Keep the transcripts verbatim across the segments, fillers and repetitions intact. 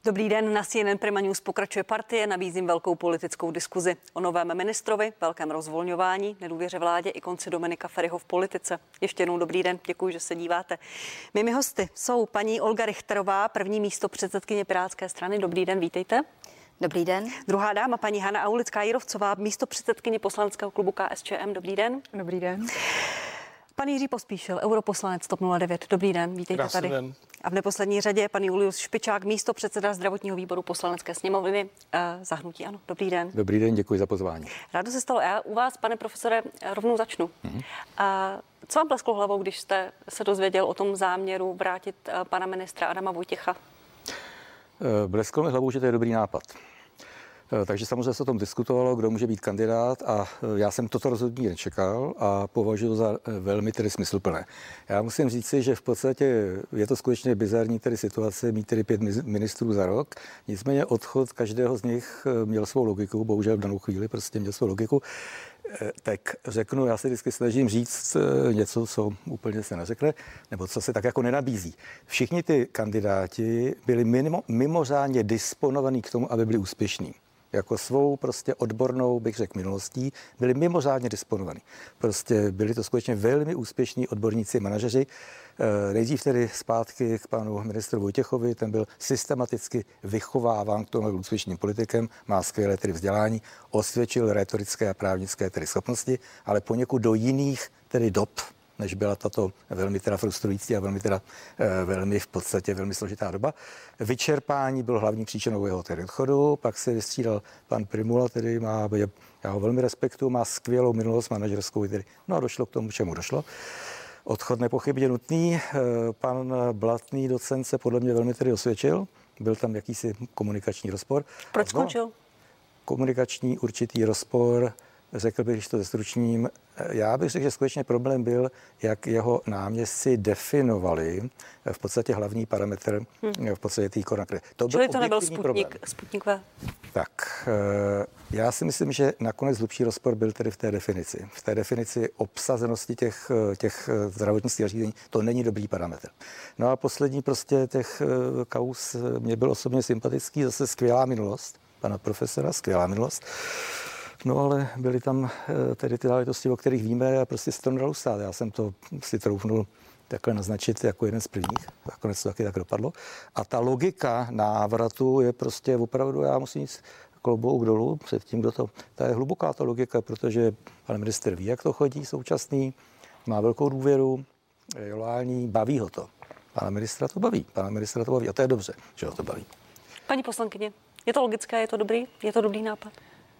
Dobrý den, na C N N Prima News pokračuje Partie, nabízím velkou politickou diskuzi o novém ministrovi, velkém rozvolňování, nedůvěře vládě i konci Dominika Feriho v politice. Ještě jednou dobrý den, děkuji, že se díváte. Mými hosty jsou paní Olga Richterová, první místopředsedkyně Pirátské strany. Dobrý den, vítejte. Dobrý den. Druhá dáma, paní Hana Aulická-Jírovcová, místopředsedkyně poslaneckého klubu K S Č M. Dobrý den. Dobrý den. Pan Jiří Pospíšil, europoslanec TOP nula devět. Dobrý den, vítejte Krásný tady. Den. A v neposlední řadě je pan Julius Špičák, místopředseda zdravotního výboru Poslanecké sněmovny eh, za hnutí ANO. Dobrý den. Dobrý den, děkuji za pozvání. Rádo se stalo. Já u vás, pane profesore, rovnou začnu. Mm-hmm. A co vám plesklo hlavou, když jste se dozvěděl o tom záměru vrátit pana ministra Adama Vojtěcha? Blesklo mi hlavou, že to je dobrý nápad. Takže samozřejmě se o tom diskutovalo, kdo může být kandidát a já jsem toto rozhodně nečekal a považuji za velmi tedy smysluplné. Já musím říci, že v podstatě je to skutečně bizarní tedy situace mít tedy pět ministrů za rok, nicméně odchod každého z nich měl svou logiku, bohužel v danou chvíli prostě měl svou logiku. Tak řeknu, já se vždycky snažím říct něco, co úplně se neřekne, nebo co se tak jako nenabízí. Všichni ty kandidáti byli mimo, mimořádně disponovaní k tomu, aby byli úspěšní. Jako svou prostě odbornou, bych řekl, minulostí, byli mimořádně disponovaní. Prostě byli to skutečně velmi úspěšní odborníci, manažeři. Nejdřív tedy zpátky k panu ministru Vojtěchovi, ten byl systematicky vychováván k tomu úspěšným politikem, má skvělé tedy vzdělání, osvědčil rétorické a právnické tedy schopnosti, ale poněkud do jiných tedy dob, než byla tato velmi teda frustrující a velmi teda velmi v podstatě velmi složitá doba. Vyčerpání bylo hlavní příčinou jeho tedy odchodu, pak se vystřídal pan Prymula, tedy má, já ho velmi respektuju, má skvělou minulost manažerskou, tedy, no a došlo k tomu, čemu došlo. Odchod nepochybně nutný. Pan Blatný docent se podle mě velmi tedy osvědčil, byl tam jakýsi komunikační rozpor. Proč skončil? Komunikační určitý rozpor, řekl bych, když to zestručním. Já bych řekl, že skutečně problém byl, jak jeho náměstci definovali v podstatě hlavní parametr hmm. v podstatě té koronakrize. To Čili to nebyl Sputnik, Sputnik V? Tak, já si myslím, že nakonec hlubší rozpor byl tedy v té definici. V té definici obsazenosti těch, těch zdravotnických zařízení, to není dobrý parametr. No a poslední prostě těch kauz mě byl osobně sympatický, zase skvělá minulost pana profesora, skvělá minulost. No ale byly tam tedy ty záležitosti, o kterých víme a prostě se to nedalo stát. Já jsem to si troufnul takhle naznačit jako jeden z prvních. Nakonec to taky tak dopadlo. A ta logika návratu je prostě opravdu, já musím jít klobouk dolů před tím, kdo to... Ta je hluboká ta logika, protože pan minister ví, jak to chodí současný, má velkou důvěru, je loajální, baví ho to. Pana ministra to baví, pana ministra to baví a to je dobře, že ho to baví. Paní poslankyně, je to logické, je to dobrý, je to dobrý nápad?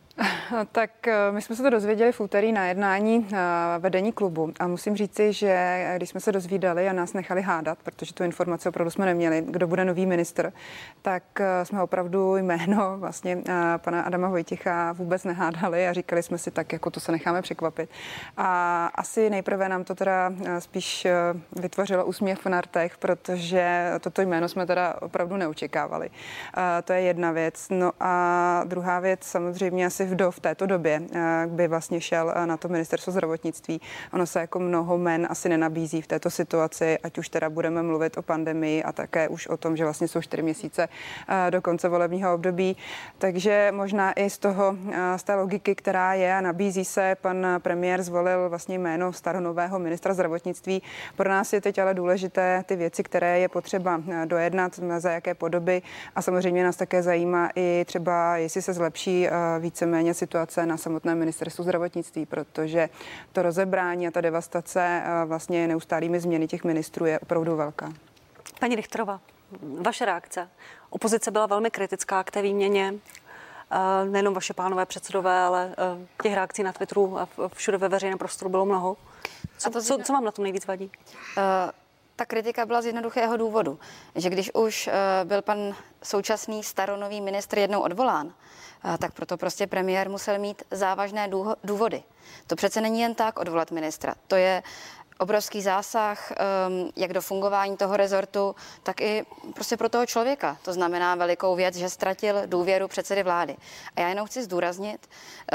Tak my jsme se to dozvěděli v úterý na jednání vedení klubu a musím říci, že když jsme se dozvídali a nás nechali hádat, protože tu informaci opravdu jsme neměli, kdo bude nový ministr, tak jsme opravdu jméno vlastně pana Adama Vojtěcha vůbec nehádali a říkali jsme si tak, jako to se necháme překvapit. A asi nejprve nám to teda spíš vytvořilo úsměv na rtech, protože toto jméno jsme teda opravdu neočekávali. To je jedna věc. No a druhá věc samozřejmě asi kdo v této době by vlastně šel na to ministerstvo zdravotnictví. Ono se jako mnoho men asi nenabízí v této situaci, ať už teda budeme mluvit o pandemii a také už o tom, že vlastně jsou čtyři měsíce do konce volebního období. Takže možná i z toho, z té logiky, která je a nabízí se, pan premiér zvolil vlastně jméno staronového ministra zdravotnictví. Pro nás je teď ale důležité ty věci, které je potřeba dojednat, za jaké podoby a samozřejmě nás také zajímá i třeba, jestli se zlepší víceméně situace na samotném ministerstvu zdravotnictví, protože to rozebrání a ta devastace vlastně neustálými změny těch ministrů je opravdu velká. Paní Richterová, vaše reakce. Opozice byla velmi kritická k té výměně. Nejenom vaše pánové předsedové, ale těch reakcí na Twitteru a všude ve veřejném prostoru bylo mnoho. Co, co, co vám na tom nejvíc vadí? Uh... Ta kritika byla z jednoduchého důvodu, že když už byl pan současný staronový ministr jednou odvolán, tak proto prostě premiér musel mít závažné důvody. To přece není jen tak odvolat ministra. To je obrovský zásah, jak do fungování toho rezortu, tak i prostě pro toho člověka. To znamená velikou věc, že ztratil důvěru předsedy vlády. A já jenom chci zdůraznit,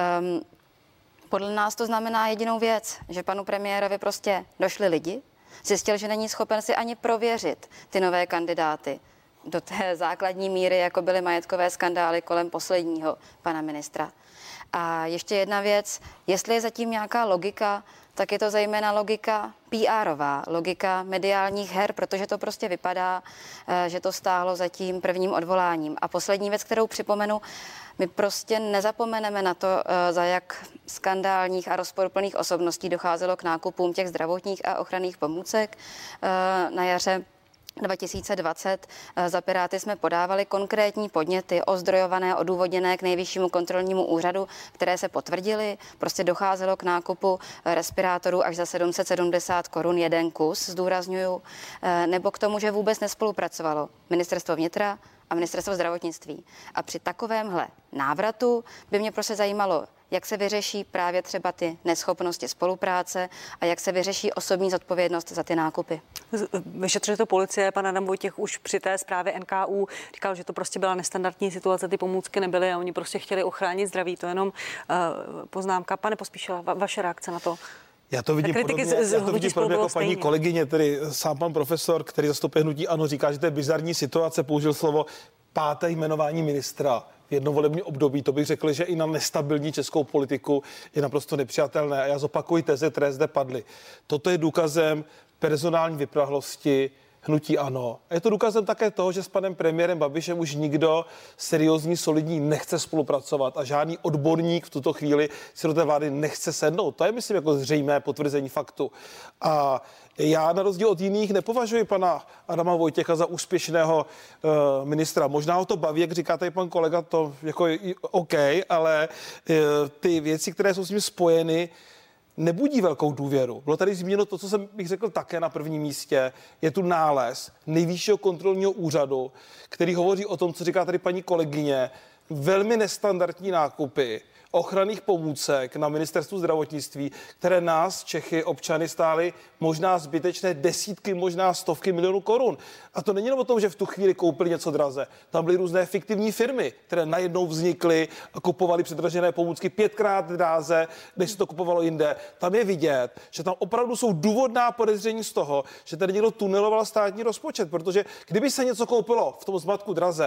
podle nás to znamená jedinou věc, že panu premiérovi prostě došli lidi, zjistil, že není schopen si ani prověřit ty nové kandidáty. do té základní míry, jako byly majetkové skandály kolem posledního pana ministra. A ještě jedna věc, jestli je zatím nějaká logika, tak je to zejména logika P R-ová, logika mediálních her, protože to prostě vypadá, že to stálo za tím prvním odvoláním. A poslední věc, kterou připomenu, my prostě nezapomeneme na to, za jak skandálních a rozporuplných osobností docházelo k nákupům těch zdravotních a ochranných pomůcek na jaře dva tisíce dvacet. Za Piráty jsme podávali konkrétní podněty ozdrojované, odůvodněné k Nejvyššímu kontrolnímu úřadu, které se potvrdily. Prostě docházelo k nákupu respirátorů až za sedm set sedmdesát korun jeden kus, zdůrazňuju, nebo k tomu, že vůbec nespolupracovalo Ministerstvo vnitra a Ministerstvo zdravotnictví. A při takovémhle návratu by mě prostě zajímalo, jak se vyřeší právě třeba ty neschopnosti spolupráce a jak se vyřeší osobní zodpovědnost za ty nákupy. Vyšetřuje to policie, pan Adam Vojtěch už při té zprávě N K U říkal, že to prostě byla nestandardní situace, ty pomůcky nebyly a oni prostě chtěli ochránit zdraví. To je jenom uh, poznámka. Pane Pospíšila, va- vaše reakce na to? Já to vidím podobně, z, já to vidím podobně jako paní kolegyně, tedy sám pan profesor, který zastupuje hnutí ANO, říká, že to je bizarní situace, použil slovo páté jmenování ministra v jednom volebním období. To bych řekl, že i na nestabilní českou politiku je naprosto nepřijatelné. A já zopakuji teze, které zde padly. Toto je důkazem personální vyprahlosti hnutí ANO. A je to důkazem také toho, že s panem premiérem Babišem už nikdo seriózní, solidní nechce spolupracovat a žádný odborník v tuto chvíli si do té vlády nechce sednout. To je, myslím, jako zřejmé potvrzení faktu. A já na rozdíl od jiných nepovažuji pana Adama Vojtěcha za úspěšného uh, ministra. Možná ho to baví, jak říká tady pan kolega, to jako OK, ale uh, ty věci, které jsou s ním spojeny, nebudí velkou důvěru. Bylo tady zmíněno to, co jsem bych řekl také na prvním místě. Je tu nález Nejvyššího kontrolního úřadu, který hovoří o tom, co říká tady paní kolegyně, velmi nestandardní nákupy ochranných pomůcek na ministerstvu zdravotnictví, které nás, Čechy, občany, stály možná zbytečné desítky, možná stovky milionů korun. A to není jenom o tom, že v tu chvíli koupili něco draze. Tam byly různé fiktivní firmy, které najednou vznikly a kupovaly předražené pomůcky pětkrát dráze, než se to kupovalo jinde. Tam je vidět, že tam opravdu jsou důvodná podezření z toho, že tady někdo tuneloval státní rozpočet, protože kdyby se něco koupilo v tom zmatku draze,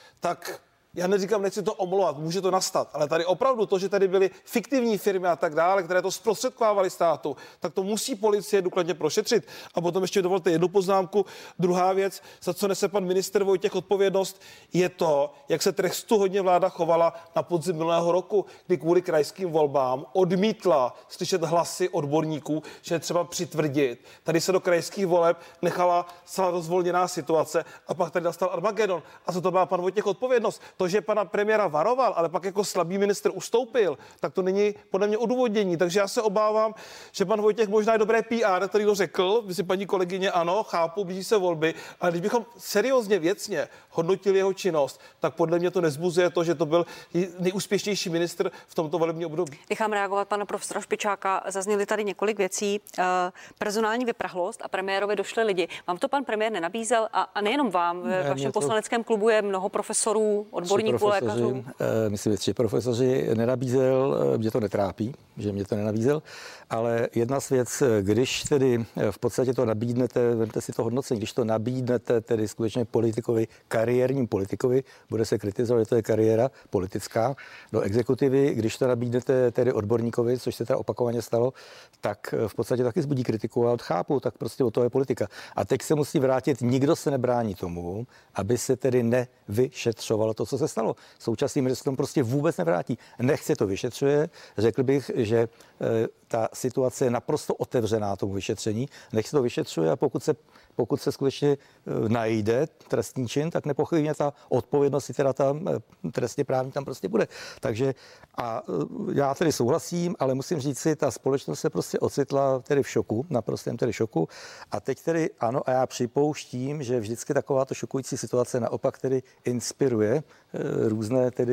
tak já neříkám, nechci to omlouvat, může to nastat, ale tady opravdu to, že tady byly fiktivní firmy a tak dále, které to zprostředkovávaly státu, tak to musí policie důkladně prošetřit. A potom ještě dovolte jednu poznámku. Druhá věc, za co nese pan ministr Vojtěch odpovědnost, je to, jak se trestuhodně vláda chovala na podzim minulého roku, kdy kvůli krajským volbám odmítla slyšet hlasy odborníků, že je třeba přitvrdit. Tady se do krajských voleb nechala celá rozvolněná situace a pak tady nastal Armagedon. A za to má pan Vojtěch odpovědnost. To, že pana premiéra varoval, ale pak jako slabý ministr ustoupil, tak to není podle mě odůvodnění. Takže já se obávám, že pan Vojtěch možná je dobré P R, který to řekl, vy si paní kolegyně, ano, chápu, blíží se volby, ale když bychom seriózně, věcně hodnotili jeho činnost, tak podle mě to nezbuzuje to, že to byl nejúspěšnější ministr v tomto volebním období. Nechám reagovat pana profesora Špičáka. Zazněly tady několik věcí. Personální vyprahlost a premiérovi došli lidi. Vám to pan premiér nenabízel a, a nejenom vám, v ne, vašem to... poslaneckém klubu je mnoho profesorů, odborníků, lékařů. Myslím, tři profesoři nenabízel, mě to netrápí, že mě to nenabízel, ale jedna z věc, když tedy v podstatě to nabídnete, vemte si to hodnocení, když to nabídnete tedy skutečně politikovi, kariérním politikovi, bude se kritizovat, že to je kariéra politická do exekutivy, když to nabídnete tedy odborníkovi, což se teda opakovaně stalo, tak v podstatě taky zbudí kritiku a odchápu, tak prostě o to je politika. A teď se musí vrátit, nikdo se nebrání tomu, aby se tedy nevyšetřovalo to, co se stalo. Současný ministr tomu prostě vůbec nevrátí. Nechce to vyšetřuje. Řekl bych, že e, ta situace je naprosto otevřená tomu vyšetření. Nechce to vyšetřuje a pokud se, pokud se skutečně e, najde trestný čin, tak nepochybně ta odpovědnost, teda tam e, trestně právní tam prostě bude. Takže a e, já tedy souhlasím, ale musím říct si, ta společnost se prostě ocitla tedy v šoku, naprostém tedy šoku. A teď tedy ano, a já připouštím, že vždycky takováto šokující situace naopak tedy inspiruje e, různé tedy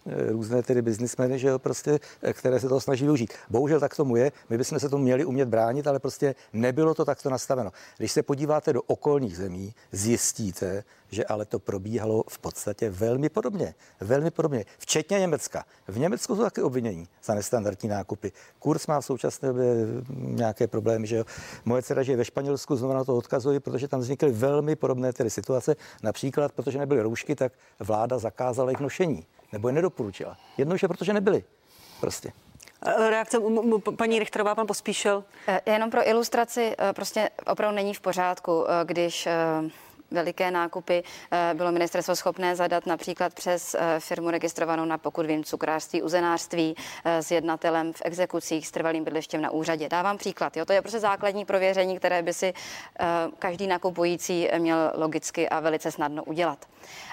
různé tedy biznismeny, že jo, prostě, které se toho snaží využít. Bohužel tak tomu je, my bychom se tomu měli umět bránit, ale prostě nebylo to takto nastaveno. Když se podíváte do okolních zemí, zjistíte, že ale to probíhalo v podstatě velmi podobně. Velmi podobně. Včetně Německa. V Německu jsou taky obvinění za nestandardní nákupy. Kurz má v současné době nějaké problémy, že jo. Moje dcera žije ve Španělsku, znovu na to odkazuji, protože tam vznikly velmi podobné tedy situace. Například, protože nebyly roušky, tak vláda zakázala jejich nošení. Nebo je nedoporučila. Jednoduše, protože nebyly. Prostě. Reakce paní Richterová, pan Pospíšil. Jenom pro ilustraci, prostě opravdu není v pořádku, když veliké nákupy bylo ministerstvo schopné zadat například přes firmu registrovanou na, pokud vím, cukrářství, uzenářství s jednatelem v exekucích s trvalým bydlištěm na úřadě. Dávám příklad. Jo? To je prostě základní prověření, které by si každý nakupující měl logicky a velice snadno udělat.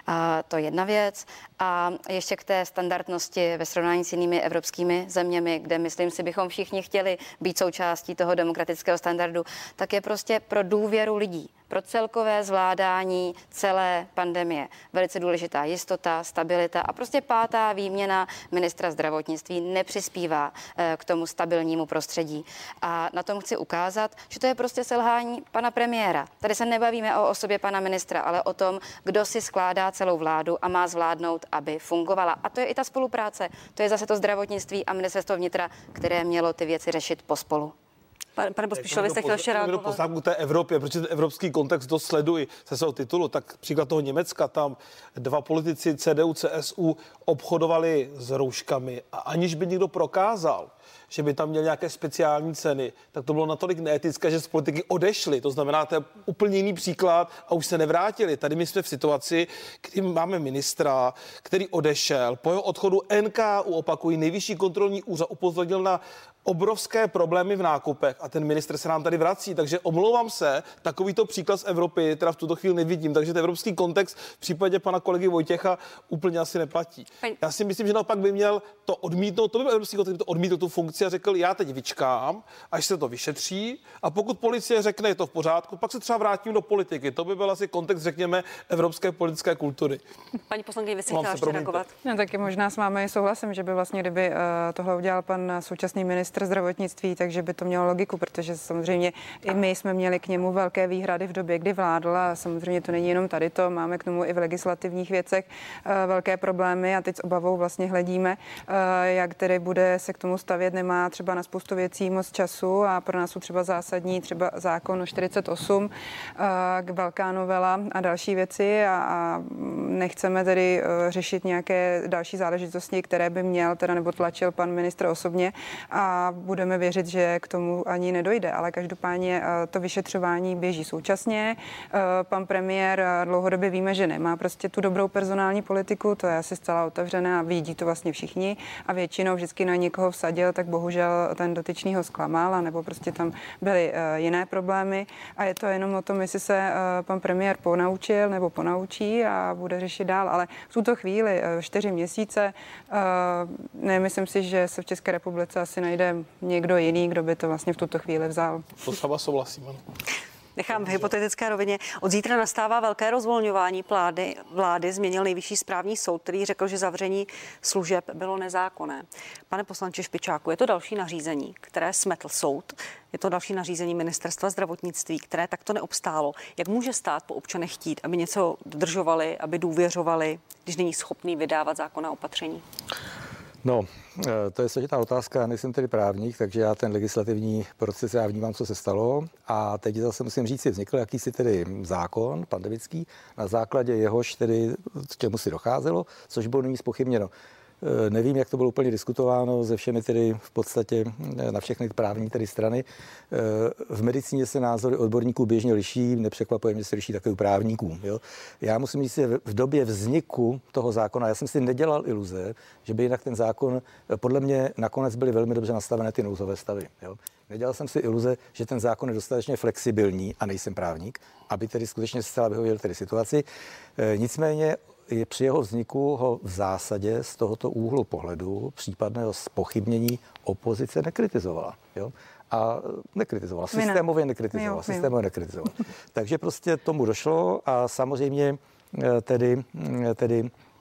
A to je jedna věc. A ještě k té standardnosti ve srovnání s jinými evropskými zeměmi, kde myslím si, bychom všichni chtěli být součástí toho demokratického standardu, tak je prostě pro důvěru lidí, pro celkové zvládání celé pandemie velice důležitá jistota, stabilita a prostě pátá výměna ministra zdravotnictví nepřispívá k tomu stabilnímu prostředí. A na tom chci ukázat, že to je prostě selhání pana premiéra. Tady se nebavíme o osobě pana ministra, ale o tom, kdo si skládá celou vládu a má zvládnout, aby fungovala. A to je i ta spolupráce. To je zase to zdravotnictví a ministerstvo vnitra, které mělo ty věci řešit pospolu. Pane, pane Pospíšil, vy jste chtěl ještě reagovat? Poznámku té Evropě, protože ten evropský kontext dost sleduji se svého titulu, tak příklad toho Německa, tam dva politici C D U, C S U obchodovali s rouškami a aniž by někdo prokázal, že by tam měl nějaké speciální ceny, tak to bylo natolik neetické, že z politiky odešli. To znamená, to je úplně jiný příklad a už se nevrátili. Tady my jsme v situaci, kdy máme ministra, který odešel. Po jeho odchodu N K U, opakují, Nejvyšší kontrolní úřad upozornil na obrovské problémy v nákupech a ten ministr se nám tady vrací, takže omlouvám se, takovýto příklad z Evropy teda v tuto chvíli nevidím, takže ten evropský kontext v případě pana kolegy Vojtěcha úplně asi neplatí. Já si myslím, že naopak by měl to odmítnout, to by byl evropský kontext, to odmítl tu funkci a řekl, já teď vyčkám, až se to vyšetří a pokud policie řekne, je to v pořádku, pak se třeba vrátím do politiky. To by byl asi kontext, řekněme, evropské politické kultury. Paní poslankyně, vy si chtěla ještě reagovat? No, taky možná s vámi souhlasím, že by vlastně, kdyby uh, tohle udělal pan současný ministr zdravotnictví, takže by to mělo logiku, protože samozřejmě i my jsme měli k němu velké výhrady v době, kdy vládl a samozřejmě to není jenom tady to, máme k tomu i v legislativních věcech uh, velké problémy a teď s obavou vlastně hledíme, uh, jak tedy bude se k tomu stavět, nemá třeba na spoustu věcí moc času a pro nás jsou třeba zásadní třeba zákon o čtyřicet osm, uh, velká novela a další věci a, a nechceme tedy uh, řešit nějaké další záležitosti, které by měl teda nebo tlačil pan ministr osobně a budeme věřit, že k tomu ani nedojde, ale každopádně to vyšetřování běží současně. Pan premiér dlouhodobě víme, že nemá prostě tu dobrou personální politiku, to je asi zcela otevřené a vidí to vlastně všichni a většinou vždycky na někoho vsadil, tak bohužel ten dotyčný ho zklamal, nebo prostě tam byly jiné problémy a je to jenom o tom, jestli se pan premiér ponaučil nebo ponaučí a bude řešit dál, ale v tuto chvíli čtyři měsíce nemyslím si, že se v České republice asi najde někdo jiný, kdo by to vlastně v tuto chvíli vzal. To sama souhlasím, ano. Nechám v hypotetické rovině. Od zítra nastává velké rozvolňování vlády. Vlády změnil Nejvyšší správní soud, který řekl, že zavření služeb bylo nezákonné. Pane poslanče Špičáku, je to další nařízení, které smetl soud. Je to další nařízení Ministerstva zdravotnictví, které takto neobstálo. Jak může stát po občanech chtít, aby něco dodržovali, aby důvěřovali, když není schopný vydávat zákonná opatření? No, to je složitá otázka, já nejsem tedy právník, takže já ten legislativní proces, já vnímám, co se stalo a teď zase musím říct, si vznikl jakýsi tedy zákon pandemický, na základě jehož tedy k čemu si docházelo, což bylo nyní zpochybněno. Nevím, jak to bylo úplně diskutováno se všemi tedy v podstatě na všechny právní tedy strany. V medicíně se názory odborníků běžně liší, nepřekvapuje mě, se liší také u právníků. Jo? Já musím říct, že v době vzniku toho zákona, já jsem si nedělal iluze, že by jinak ten zákon, podle mě nakonec byly velmi dobře nastavené ty nouzové stavy. Jo? Nedělal jsem si iluze, že ten zákon je dostatečně flexibilní, a nejsem právník, aby tedy skutečně zcela vyhověl tedy situaci. Nicméně je při jeho vzniku ho v zásadě z tohoto úhlu pohledu případného zpochybnění opozice nekritizovala. Jo? A nekritizovala, systémově nekritizovala, systémově nekritizovala. Takže prostě tomu došlo a samozřejmě tedy, tedy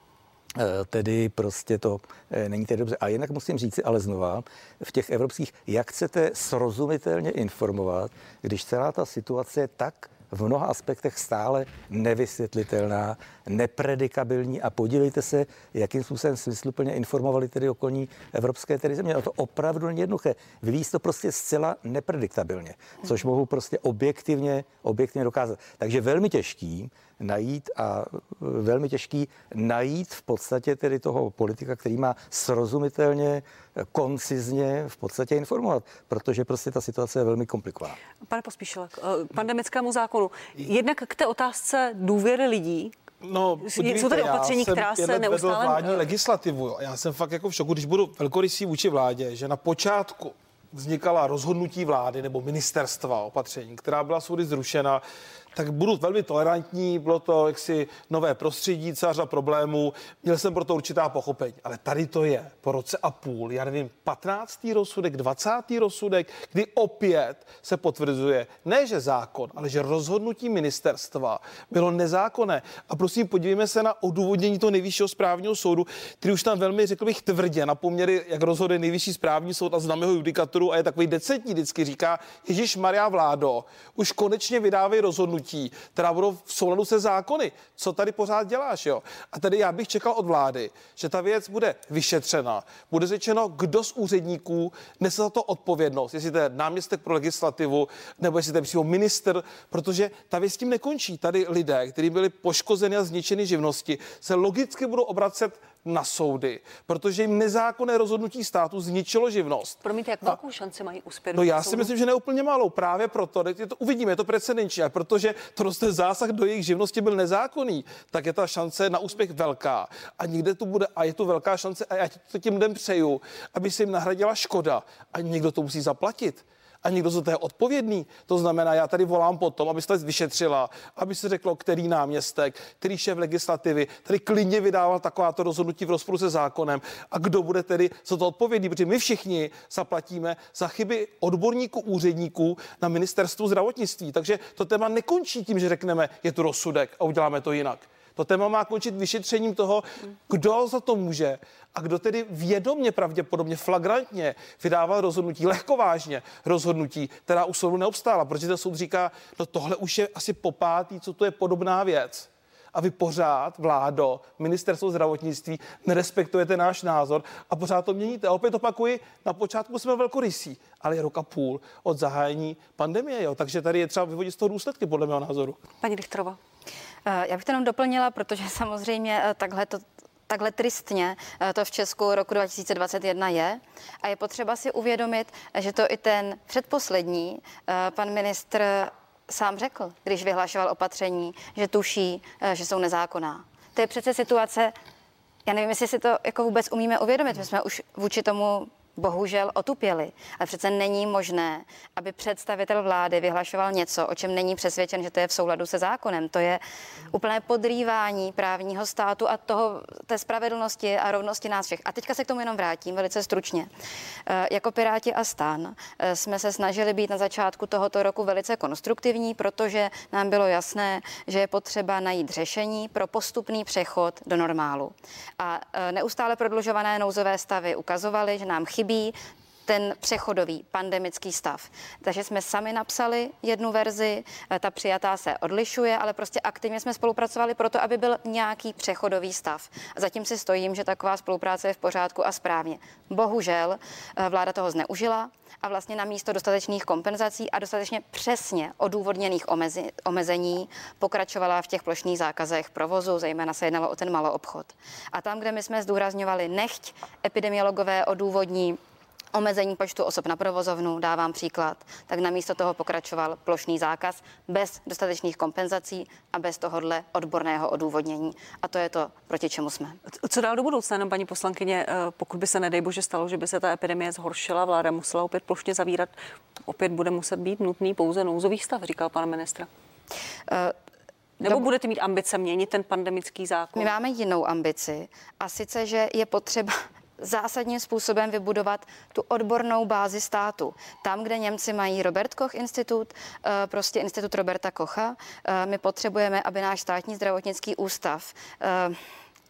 Tedy prostě to není tedy dobře. A jinak musím říci, ale znova, v těch evropských, jak chcete srozumitelně informovat, když celá ta situace je tak v mnoha aspektech stále nevysvětlitelná, nepredikabilní a podívejte se, jakým způsobem smysluplně informovali tedy okolní evropské tedy země. No to opravdu není jednoduché. Vyvíjí to prostě zcela neprediktabilně, což mohu prostě objektivně, objektivně dokázat. Takže velmi těžký najít a velmi těžký najít v podstatě tedy toho politika, který má srozumitelně, koncizně v podstatě informovat, protože prostě ta situace je velmi komplikovaná. Pane Pospíšile, k pandemickému zákonu. Jednak k té otázce důvěry lidí. No, podívejte, jsou tady opatření, která se neustále... vládní legislativu. Já jsem fakt jako v šoku, když budu velkorysý vůči vládě, že na počátku vznikala rozhodnutí vlády nebo ministerstva opatření, která byla soudy zrušena, tak budu velmi tolerantní, bylo to jaksi nové prostředí, celá řada problémů, měl jsem pro to určitá pochopení, ale tady to je po roce a půl, já nevím, patnáctý rozsudek, dvacátý rozsudek, kdy opět se potvrzuje, ne že zákon, ale že rozhodnutí ministerstva bylo nezákonné. A prosím, podívejme se na odůvodnění toho nejvyššího správního soudu, který už tam velmi, řekl bych, tvrdě na poměry, jak rozhoduje nejvyšší správní soud a znám jeho judikaturu a je takový decentní, vždycky říká, Ježišmarja vládo, už konečně vydávají rozhodnutí, která budou v souladu se zákony. Co tady pořád děláš, jo? A tady já bych čekal od vlády, že ta věc bude vyšetřena, bude řečeno, kdo z úředníků nese za to odpovědnost, jestli to je náměstek pro legislativu, nebo jestli to je přímo ministr, protože ta věc s tím nekončí. Tady lidé, kteří byli poškozeni a zničeny živnosti, se logicky budou obracet na soudy, protože jim nezákonné rozhodnutí státu zničilo živnost. Promiňte, jak velkou šanci mají uspět? No já si myslím, že ne úplně malou. Právě proto, je to, uvidíme, je to precedenční, ale protože to, ten zásah do jejich živnosti byl nezákonný, tak je ta šance na úspěch velká. A někde tu bude, a je tu velká šance, a já to tím lidem přeju, aby se jim nahradila škoda. A někdo to musí zaplatit. A někdo za to je odpovědný. To znamená, já tady volám potom, aby se to vyšetřila, aby se řeklo, který náměstek, který šéf legislativy tady klidně vydával takováto rozhodnutí v rozporu se zákonem a kdo bude tedy za to odpovědný, protože my všichni zaplatíme za chyby odborníků, úředníků na ministerstvu zdravotnictví. Takže to téma nekončí tím, že řekneme, je tu rozsudek a uděláme to jinak. To téma má končit vyšetřením toho, kdo za to může a kdo tedy vědomně, pravděpodobně, flagrantně vydával rozhodnutí, lehkovážně rozhodnutí, která u soudu neobstála, protože ten soud říká, no tohle už je asi popátý, co to je podobná věc. A vy pořád, vládo, ministerstvo zdravotnictví, nerespektujete náš názor a pořád to měníte. A opět opakuji, na počátku jsme velkorysí, ale je rok a půl od zahájení pandemie, jo. Takže tady je třeba vyvodit z toho důsledky, podle mého názoru. Paní Richterová. Já bych to jenom doplnila, protože samozřejmě takhle to Takhle tristně to v Česku roku dva tisíce dvacet jedna je a je potřeba si uvědomit, že to i ten předposlední pan ministr sám řekl, když vyhlašoval opatření, že tuší, že jsou nezákonná. To je přece situace, já nevím, jestli si to jako vůbec umíme uvědomit, my jsme už vůči tomu bohužel otupěli. Ale přece není možné, aby představitel vlády vyhlašoval něco, o čem není přesvědčen, že to je v souladu se zákonem. To je úplné podrývání právního státu a toho, té spravedlnosti a rovnosti nás všech. A teďka se k tomu jenom vrátím velice stručně. Jako Piráti a STAN jsme se snažili být na začátku tohoto roku velice konstruktivní, protože nám bylo jasné, že je potřeba najít řešení pro postupný přechod do normálu. A neustále prodlužované nouzové stavy ukazovaly, že nám chybí ten přechodový pandemický stav. Takže jsme sami napsali jednu verzi, ta přijatá se odlišuje, ale prostě aktivně jsme spolupracovali proto, aby byl nějaký přechodový stav. A zatím si stojím, že taková spolupráce je v pořádku a správně. Bohužel vláda toho zneužila a vlastně na místo dostatečných kompenzací a dostatečně přesně odůvodněných omezi, omezení pokračovala v těch plošných zákazech provozu, zejména se jednalo o ten maloobchod. A tam, kde my jsme zdůrazňovali, nechť epidemiologové odůvodní omezení počtu osob na provozovnu, dávám příklad, tak namísto toho pokračoval plošný zákaz bez dostatečných kompenzací a bez tohohle odborného odůvodnění. A to je to, proti čemu jsme. Co dál do budoucna, jenom paní poslankyně, pokud by se nedej bože stalo, že by se ta epidemie zhoršila, vláda musela opět plošně zavírat, opět bude muset být nutný pouze nouzový stav, říkal pan ministr. Uh, Nebo do... budete mít ambice měnit ten pandemický zákon? My máme jinou ambici a sice, že je potřeba zásadním způsobem vybudovat tu odbornou bázi státu. Tam, kde Němci mají Robert Koch institut, prostě institut Roberta Kocha, my potřebujeme, aby náš státní zdravotnický ústav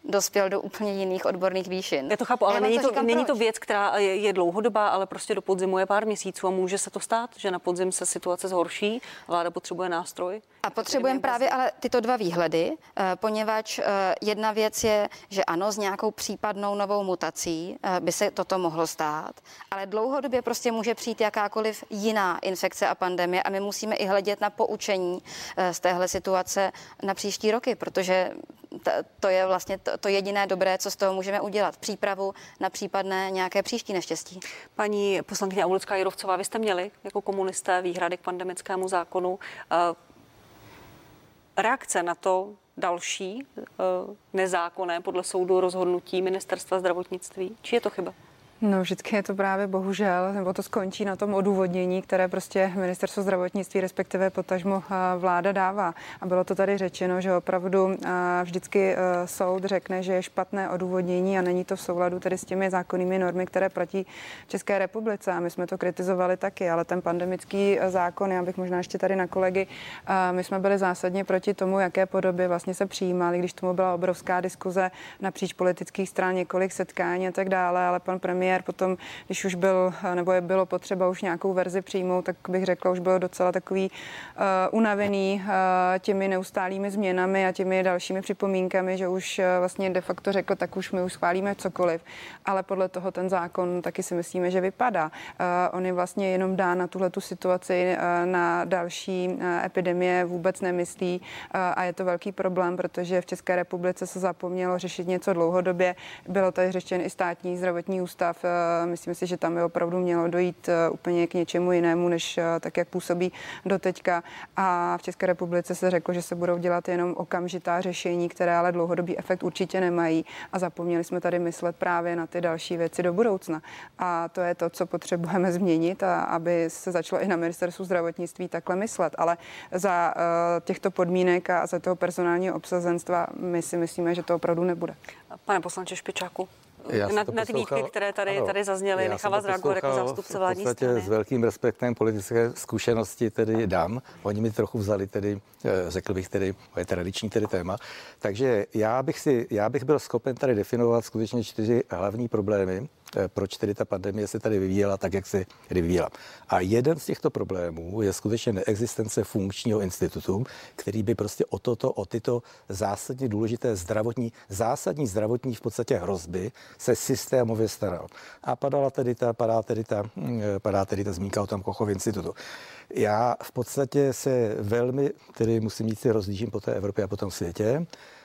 dospěl do úplně jiných odborných výšin. Já to chápu, ale není to, to není to věc, která je, je dlouhodobá, ale prostě do podzimu je pár měsíců a může se to stát, že na podzim se situace zhorší, vláda potřebuje nástroj. A potřebujeme právě ale tyto dva výhledy, poněvadž jedna věc je, že ano, s nějakou případnou novou mutací by se toto mohlo stát, ale dlouhodobě prostě může přijít jakákoliv jiná infekce a pandemie a my musíme i hledět na poučení z téhle situace na příští roky, protože to je vlastně to, to jediné dobré, co z toho můžeme udělat. Přípravu na případné nějaké příští neštěstí. Paní poslankyně Aulická Jírovcová, vy jste měli jako komunisté výhrady k pandemickému zákonu. Reakce na to další nezákonné podle soudu rozhodnutí ministerstva zdravotnictví? Či je to chyba? No, vždycky je to právě bohužel, nebo to skončí na tom odůvodnění, které prostě ministerstvo zdravotnictví, respektive potažmo vláda dává. A bylo to tady řečeno, že opravdu vždycky soud řekne, že je špatné odůvodnění a není to v souladu tedy s těmi zákonnými normy, které platí v České republice. A my jsme to kritizovali taky, ale ten pandemický zákon, já bych možná ještě tady na kolegy, my jsme byli zásadně proti tomu, jaké podoby vlastně se přijímaly, když tomu byla obrovská diskuze napříč politických stran, několik setkání a tak dále, ale pan premiér potom, když už byl, nebo je bylo potřeba už nějakou verzi přijmout, tak bych řekla, už byl docela takový uh, unavený uh, těmi neustálými změnami a těmi dalšími připomínkami, že už uh, vlastně de facto řekl, tak už my už schválíme cokoliv, ale podle toho ten zákon taky si myslíme, že vypadá. Uh, on je vlastně jenom dá na tuhletu situaci, uh, na další uh, epidemie vůbec nemyslí uh, a je to velký problém, protože v České republice se zapomnělo řešit něco dlouhodobě. Bylo tady řešen i státní zdravotní ústav. Myslím si, že tam by opravdu mělo dojít úplně k něčemu jinému, než tak, jak působí doteďka. A v České republice se řeklo, že se budou dělat jenom okamžitá řešení, které ale dlouhodobý efekt určitě nemají. A zapomněli jsme tady myslet právě na ty další věci do budoucna. A to je to, co potřebujeme změnit, a aby se začalo i na ministerstvu zdravotnictví takhle myslet. Ale za uh, těchto podmínek a za toho personálního obsazenstva my si myslíme, že to opravdu nebude. Pane poslanče Špičáku. Já Na, na ty výtky, které tady, ano, tady zazněly, nechám vás reagovat jako zástupce vládní strany. V podstatě s velkým respektem politické zkušenosti tedy dám. Oni mi trochu vzali tedy, řekl bych tedy, moje tradiční tedy téma. Takže já bych si, já bych byl schopen tady definovat skutečně čtyři hlavní problémy, proč tedy ta pandemie se tady vyvíjela tak, jak se tady vyvíjela. A jeden z těchto problémů je skutečně neexistence funkčního institutu, který by prostě o toto, o tyto zásadně důležité zdravotní, zásadní zdravotní v podstatě hrozby se systémově staral. A padala tedy ta, padá tedy ta, padá tedy ta zmínka o tom Kochov institutu. Já v podstatě se velmi, tedy musím říct, si rozlížím po té Evropě a po tom světě.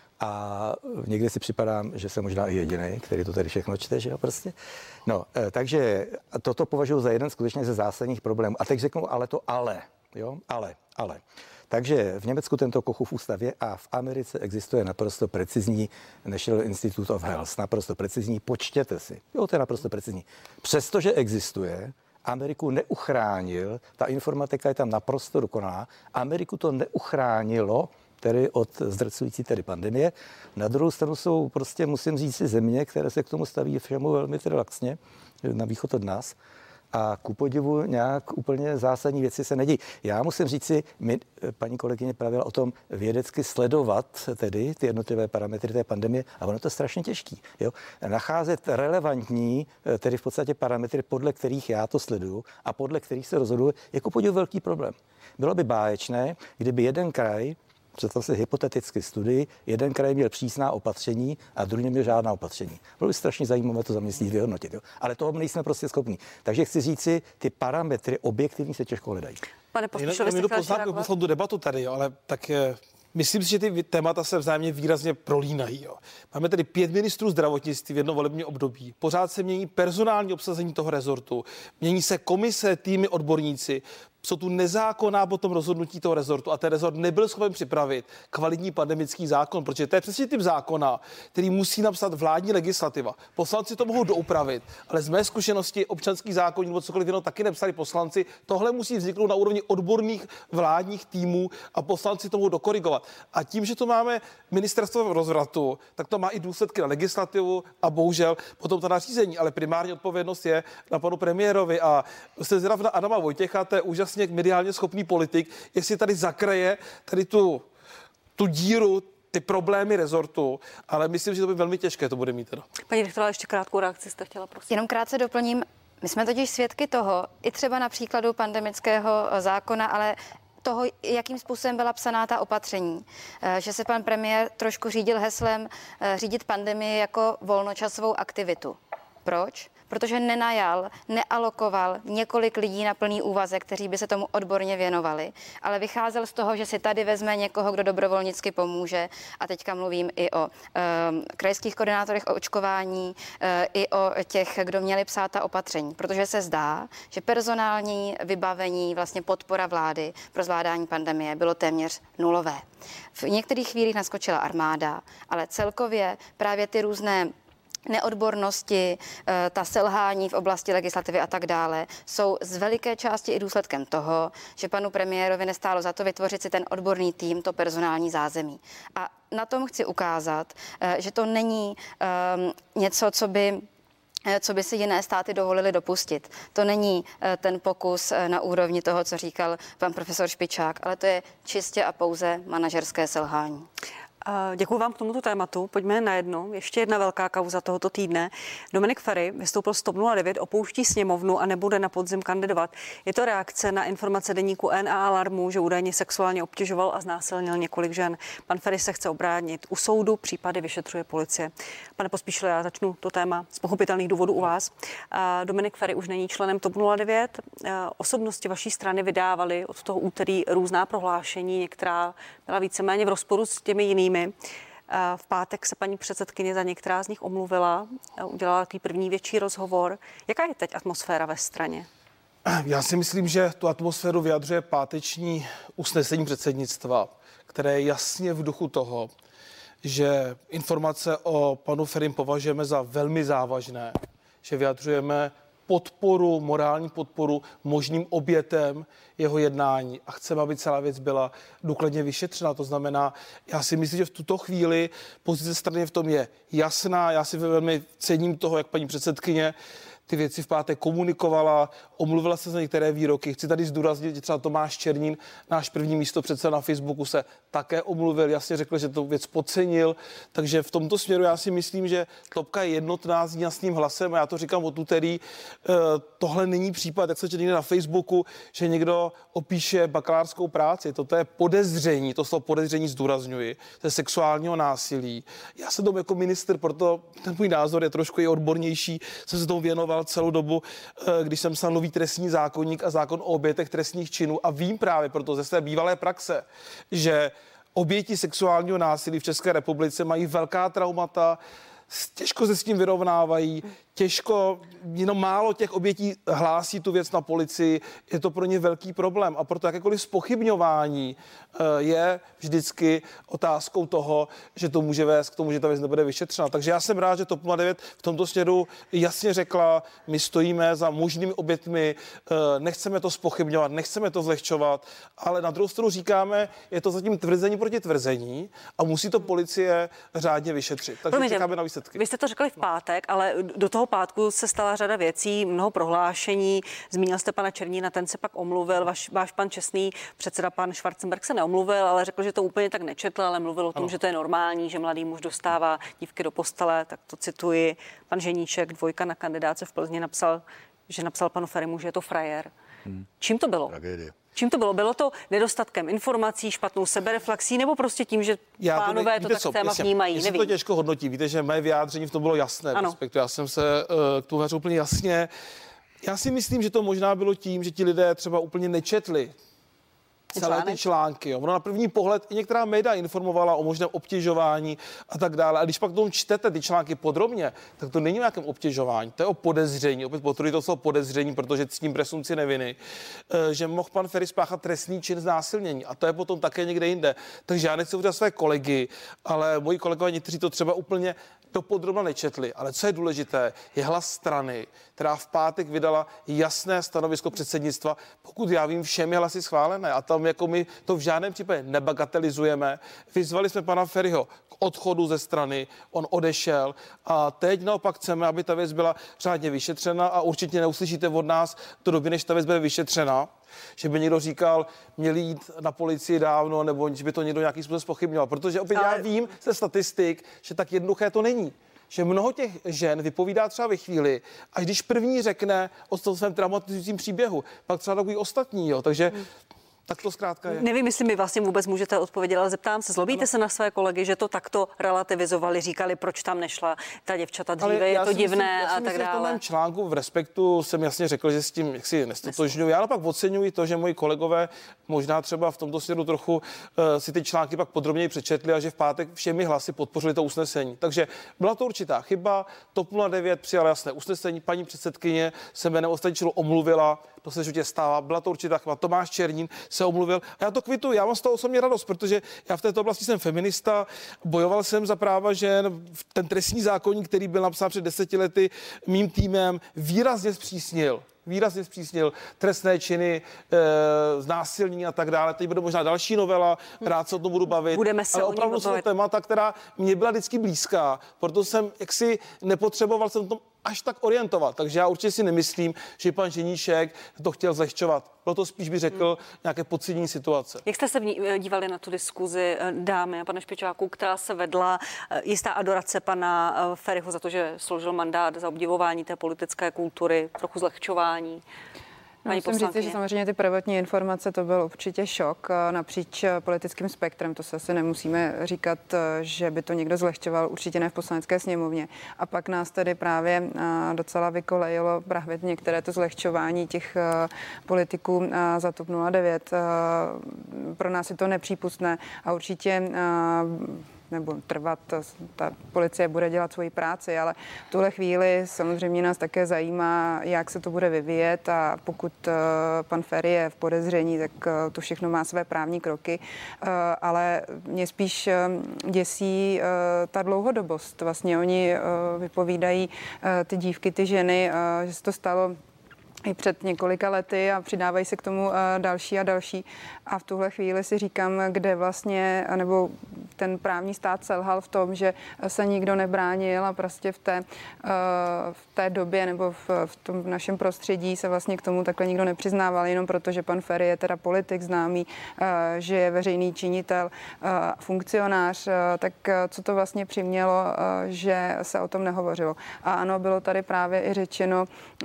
A někdy si připadám, že jsem možná i jediný, který to tady všechno čte, že jo, prostě. No, takže toto považuji za jeden skutečně ze zásadních problémů. A teď řeknu, ale to ale, jo, ale, ale. Takže v Německu tento Kochův ústav je a v Americe existuje naprosto precizní National Institute of Health, naprosto precizní, počtěte si. Jo, to je naprosto precizní. Přestože existuje, Ameriku neuchránil, ta informatika je tam naprosto dokonalá, Ameriku to neuchránilo tedy od zdrcující tedy pandemie. Na druhou stranu jsou prostě, musím říct, si země, které se k tomu staví všemu velmi relaxně, na východ od nás. A ku podivu nějak úplně zásadní věci se nedějí. Já musím říct si, my, paní kolegyně pravila o tom vědecky sledovat tedy ty jednotlivé parametry té pandemie a ono to je strašně těžký. Jo? Nacházet relevantní, tedy v podstatě parametry, podle kterých já to sleduju a podle kterých se rozhoduju, je ku podivu velký problém. Bylo by báječné, kdyby jeden kraj, představ si hypoteticky studii, jeden kraj měl přísná opatření a druhý neměl žádná opatření. Bylo by strašně zajímavé to za měsíc vyhodnotit. Jo? Ale toho nejsme prostě schopni. Takže chci říci, ty parametry objektivní se těžko hledají. Pane Pospíšil, vy jste chtěl poslat tu debatu tady, jo, ale tak je... Myslím si, že ty témata se vzájemně výrazně prolínají. Jo. Máme tedy pět ministrů zdravotnictví v jednom volebním období. Pořád se mění personální obsazení toho rezortu, mění se komise, týmy, odborníci. Jsou tu nezákonná potom rozhodnutí toho rezortu a ten rezort nebyl schopen připravit kvalitní pandemický zákon, protože to je přesně typ zákona, který musí napsat vládní legislativa. Poslanci to mohou doupravit, ale z mé zkušenosti občanský zákon nebo cokoliv jiného taky nepsali poslanci. Tohle musí vzniknout na úrovni odborných vládních týmů a poslanci to mohou dokorigovat. A tím, že to máme ministerstvo rozvratu, tak to má i důsledky na legislativu a bohužel potom to nařízení, ale primární odpovědnost je na panu premiérovi a jsem zvědav na Adama Vojtěcha, to je úžasně mediálně schopný politik, jestli tady zakraje tady tu, tu díru ty problémy rezortu, ale myslím, že to by velmi těžké to bude mít teda. Paní rektorová, ještě krátkou reakci jste chtěla, prosím. Jenom krátce doplním. My jsme totiž svědky toho, i třeba na příkladu pandemického zákona, ale toho, jakým způsobem byla psaná ta opatření, že se pan premiér trošku řídil heslem řídit pandemii jako volnočasovou aktivitu. Proč? Protože nenajal, nealokoval několik lidí na plný úvazek, kteří by se tomu odborně věnovali, ale vycházel z toho, že si tady vezme někoho, kdo dobrovolnicky pomůže. A teďka mluvím i o e, krajských koordinátorech o očkování, e, i o těch, kdo měli psát ta opatření. Protože se zdá, že personální vybavení, vlastně podpora vlády pro zvládání pandemie bylo téměř nulové. V některých chvílích naskočila armáda, ale celkově právě ty různé neodbornosti, ta selhání v oblasti legislativy a tak dále jsou z veliké části i důsledkem toho, že panu premiérovi nestálo za to vytvořit si ten odborný tým, to personální zázemí. A na tom chci ukázat, že to není um, něco, co by co by si jiné státy dovolili dopustit. To není ten pokus na úrovni toho, co říkal pan profesor Špičák, ale to je čistě a pouze manažerské selhání. Děkuji vám k tomuto tématu. Pojďme na jedno. Ještě jedna velká kauza tohoto týdne. Dominik Feri vystoupil z TOP nula devět, opouští sněmovnu a nebude na podzim kandidovat. Je to reakce na informace deníku N a Alarmu, že údajně sexuálně obtěžoval a znásilnil několik žen. Pan Feri se chce obránit u soudu, případy vyšetřuje policie. Pane Pospíšile, já začnu to téma z pochopitelných důvodů u vás. Dominik Feri už není členem TOP nula devět. Osobnosti vaší strany vydávaly od toho úterý různá prohlášení, některá byla víceméně v rozporu s těmi jinými. V pátek se paní předsedkyně za některá z nich omluvila, udělala takový první větší rozhovor. Jaká je teď atmosféra ve straně? Já si myslím, že tu atmosféru vyjadřuje páteční usnesení předsednictva, které je jasně v duchu toho, že informace o panu Ferim považujeme za velmi závažné, že vyjadřujeme podporu, morální podporu možným obětem jeho jednání a chceme, aby celá věc byla důkladně vyšetřena. To znamená, já si myslím, že v tuto chvíli pozice strany v tom je jasná. Já si velmi cením toho, jak paní předsedkyně ty věci v pátek komunikovala, omluvila se za některé výroky. Chci tady zdůraznit, že třeba Tomáš Černín, náš první místopředseda na Facebooku, se také omluvil, jasně řekl, že tu věc podcenil. Takže v tomto směru já si myslím, že Topka je jednotná s jasným hlasem a já to říkám od úterý. Tohle není případ, jak se čte někde na Facebooku, že někdo opíše bakalářskou práci. Toto je podezření, to slovo podezření zdůrazňuji, ze sexuálního násilí. Já jsem tomu jako ministr, proto ten můj názor je trošku i odbornější, jsem se tomu věnoval celou dobu, když jsem psal nový trestní zákoník a zákon o obětech trestných činů a vím právě proto ze své bývalé praxe, že oběti sexuálního násilí v České republice mají velká traumata, těžko se s tím vyrovnávají, těžko, jenom málo těch obětí hlásí tu věc na policii, je to pro ně velký problém a proto jakékoliv zpochybňování je vždycky otázkou toho, že to může vést k tomu, že ta věc nebude vyšetřena. Takže já jsem rád, že TOP nula devět v tomto směru jasně řekla, my stojíme za možnými obětmi, nechceme to zpochybňovat, nechceme to zlehčovat, ale na druhou stranu říkáme, je to zatím tvrzení proti tvrzení a musí to policie řádně vyšetřit. Takže Promiňte, čekáme na výsledky. Vy jste to řekli v pátek, ale do toho pátku se stala řada věcí, mnoho prohlášení. Zmínil jste pana Černína, ten se pak omluvil. Váš, váš pan čestný předseda, pan Schwarzenberg, se neomluvil, ale řekl, že to úplně tak nečetl, ale mluvil o tom, ano, že to je normální, že mladý muž dostává dívky do postele, tak to cituji. Pan Ženíček, dvojka na kandidáce v Plzni, napsal, že napsal panu Ferimu, že je to frajer. Hmm. Čím to bylo? Tragédie. Čím to bylo? Bylo to nedostatkem informací, špatnou sebereflexí, nebo prostě tím, že já pánové to, ne, to tak co, téma vnímají? Nevím. To těžko hodnotí. Víte, že mé vyjádření v tom bylo jasné. Respektu. Já jsem se uh, k tomu vyjádřil úplně jasně. Já si myslím, že to možná bylo tím, že ti lidé třeba úplně nečetli celé ty články. Jo. Ono na první pohled i některá média informovala o možném obtěžování a tak dále. A když pak tomu čtete ty články podrobně, tak to není o nějakém obtěžování. To je o podezření. Opět potvrduji to slovo podezření, protože s tím presumpci neviny, že mohl pan Feri spáchat trestný čin znásilnění. A to je potom také někde jinde. Takže já nechci udělat své kolegy, ale moji kolegové někteří to třeba úplně dopodrobna nečetli. Ale co je důležité, je hlas strany, která v pátek vydala jasné stanovisko předsednictva, pokud já vím, všemi hlasy schválené. A tam jako my to v žádném případě nebagatelizujeme. Vyzvali jsme pana Feriho k odchodu ze strany, on odešel a teď naopak chceme, aby ta věc byla řádně vyšetřena a určitě neuslyšíte od nás do doby, než ta věc bude vyšetřena, že by někdo říkal, měli jít na policii dávno, nebo že by to někdo nějakým způsobem zpochybňoval. Protože opět Ale... já vím ze statistik, že tak jednoduché to není. Že mnoho těch žen vypovídá třeba ve chvíli, až když první řekne o tom svém traumatizujícím příběhu, pak třeba takový ostatní, jo. Takže hmm. tak to zkrátka je. Nevím, jestli mi vlastně vůbec můžete odpovědět, ale zeptám se, zlobíte ano. se na své kolegy, že to takto relativizovali, říkali, proč tam nešla ta děvčata dříve, je to divné myslím, a tak myslím, dále. V tom mém článku v Respektu jsem jasně řekl, že s tím jaksi nestotožňuji. Já naopak oceňuji to, že moji kolegové možná třeba v tomto směru trochu uh, si ty články pak podrobněji přečetli a že v pátek všemi hlasy podpořili to usnesení. Takže byla to určitá chyba. TOP nula devět přijala jasné usnesení, paní předsedkyně se jménem Ostatničilo omluvila, to se životě stává, byla to určitá chyba. Tomáš Černín se omluvil a já to kvituji, já mám z toho osobně radost, protože já v této oblasti jsem feminista, bojoval jsem za práva žen, ten trestní zákoník, který byl napsán před deseti lety mým týmem, výrazně zpřísnil. výrazně zpřísnil trestné činy, e, znásilnění a tak dále. Teď bude možná další novela, rád se o tom budu bavit. Budeme se ale opravdu jsou témata, která mě byla vždycky blízká, proto jsem jaksi nepotřeboval jsem tom až tak orientovat. Takže já určitě si nemyslím, že pan Ženíšek to chtěl zlehčovat. Proto spíš by řekl hmm. nějaké pocitění situace. Jak jste se dívali na tu diskuzi, dámy a pane Špičáku, která se vedla, jistá adorace pana Feriho za to, že složil mandát, za obdivování té politické kultury, trochu zlehčování? No, musím říct, že samozřejmě ty prvotní informace, to byl určitě šok napříč politickým spektrem. To se asi nemusíme říkat, že by to někdo zlehčoval, určitě ne v Poslanecké sněmovně. A pak nás tedy právě docela vykolejilo právě některé to zlehčování těch politiků za TOP nula devět. Pro nás je to nepřípustné a určitě nebo trvat, ta policie bude dělat svoji práci, ale v tuhle chvíli samozřejmě nás také zajímá, jak se to bude vyvíjet a pokud pan Feri je v podezření, tak to všechno má své právní kroky, ale mě spíš děsí ta dlouhodobost. Vlastně oni vypovídají ty dívky, ty ženy, že se to stalo i před několika lety a přidávají se k tomu další a další. A v tuhle chvíli si říkám, kde vlastně, nebo ten právní stát selhal v tom, že se nikdo nebránil a prostě v té, v té době nebo v, v tom našem prostředí se vlastně k tomu takhle nikdo nepřiznával, jenom proto, že pan Feri je teda politik známý, že je veřejný činitel, funkcionář, tak co to vlastně přimělo, že se o tom nehovořilo. A ano, bylo tady právě i řečeno,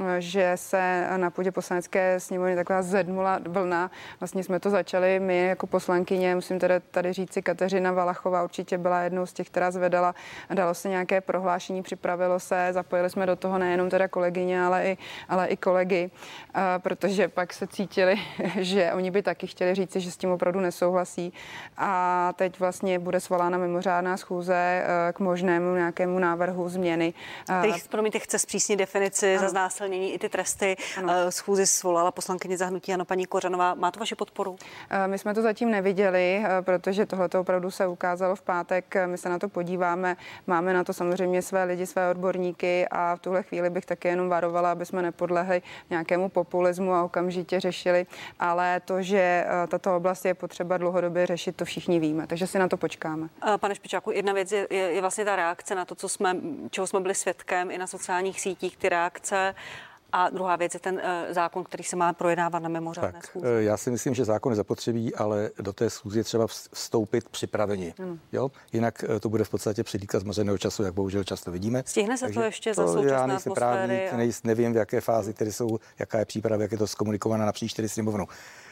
že se na půdě Poslanecké sněmovny taková zedmula vlna. Vlastně jsme to začali my jako poslankyně, musím tady, tady říci, Kateřina Valachová určitě byla jednou z těch, která zvedala, dalo se nějaké prohlášení, připravilo se, zapojili jsme do toho nejenom teda kolegyně, ale i, ale i kolegy, a protože pak se cítili, že oni by taky chtěli říci, že s tím opravdu nesouhlasí. A teď vlastně bude svolána mimořádná schůze k možnému nějakému návrhu změny. Který, promiňte, chce zpřísnit definici za znásilnění i ty tresty. Ano. Schůzi svolala poslankyně za hnutí ANO paní Kořanová. Má to vaši podporu? My jsme to zatím neviděli, protože tohleto opravdu se ukázalo v pátek. My se na to podíváme. Máme na to samozřejmě své lidi, své odborníky a v tuhle chvíli bych také jenom varovala, aby jsme nepodlehli nějakému populismu a okamžitě řešili. Ale to, že tato oblast je potřeba dlouhodobě řešit, to všichni víme. Takže si na to počkáme. Pane Špičáku, jedna věc je, je, je vlastně ta reakce na to, co jsme, čeho jsme byli svědkem i na sociálních sítích, ty reakce. A druhá věc je ten uh, zákon, který se má projednávat na mimořádné schůzi. Já si myslím, že zákon je zapotřebí, ale do té schůze je třeba vstoupit připraveni. Hmm. Jo? Jinak to bude v podstatě přidýkat zmařeného času, jak bohužel často vidíme. Stihne se Takže to ještě za současné já nejsem atmosféry? Právník, a... nejsem, nevím, v jaké fázi tedy jsou, jaká je příprava, jak je to zkomunikované napříč tedy sněmovnou.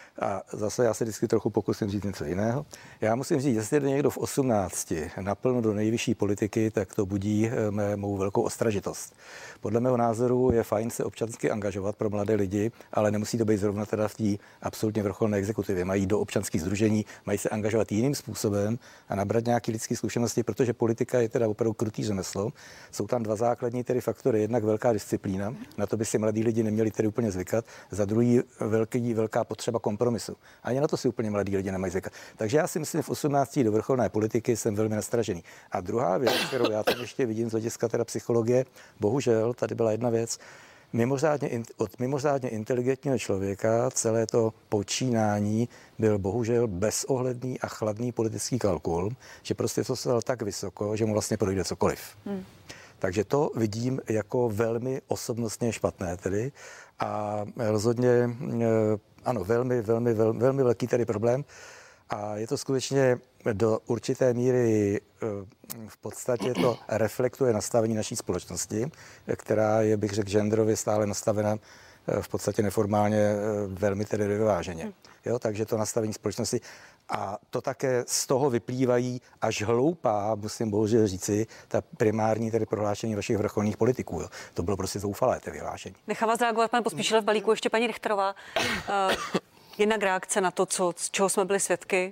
A zase já se vždycky trochu pokusím říct něco jiného. Já musím říct, jestli jde někdo v osmnácti naplno do nejvyšší politiky, tak to budí mé, mou velkou ostražitost. Podle mého názoru je fajn se občansky angažovat pro mladé lidi, ale nemusí to být zrovna teda v té absolutně vrcholné exekutivě. Mají do občanských sdružení, mají se angažovat jiným způsobem a nabrat nějaké lidské zkušenosti, protože politika je teda opravdu krutý řemeslo. Jsou tam dva základní tedy faktory. Jednak velká disciplína, na to by si mladí lidi neměli tedy úplně zvykat. Za druhý velký, velká potřeba kompromisu. Ani na to si úplně mladí lidi nemají zvykat. Takže já si myslím, v osmnácti do vrcholné politiky jsem velmi nastražený. A druhá věc, kterou já tam ještě vidím z hlediska teda psychologie, bohužel tady byla jedna věc, mimořádně, od mimořádně inteligentního člověka celé to počínání byl bohužel bezohledný a chladný politický kalkul, že prostě to se dal tak vysoko, že mu vlastně projde cokoliv. Hmm. Takže to vidím jako velmi osobnostně špatné tedy a rozhodně ano, velmi, velmi, velmi, velmi velký tady problém. A je to skutečně do určité míry v podstatě to reflektuje nastavení naší společnosti, která je, bych řekl, genderově stále nastavena v podstatě neformálně velmi tedy vyváženě. Jo, takže to nastavení společnosti a to také z toho vyplývají až hloupá, musím bohužel říci, ta primární tedy prohlášení vašich vrcholných politiků. Jo. To bylo prostě zoufalé, ty vyhlášení. Nechám vás reagovat, pan Pospíšil v balíku, ještě paní Richterová. Uh, jednak reakce na to, co, z čeho jsme byli svědky.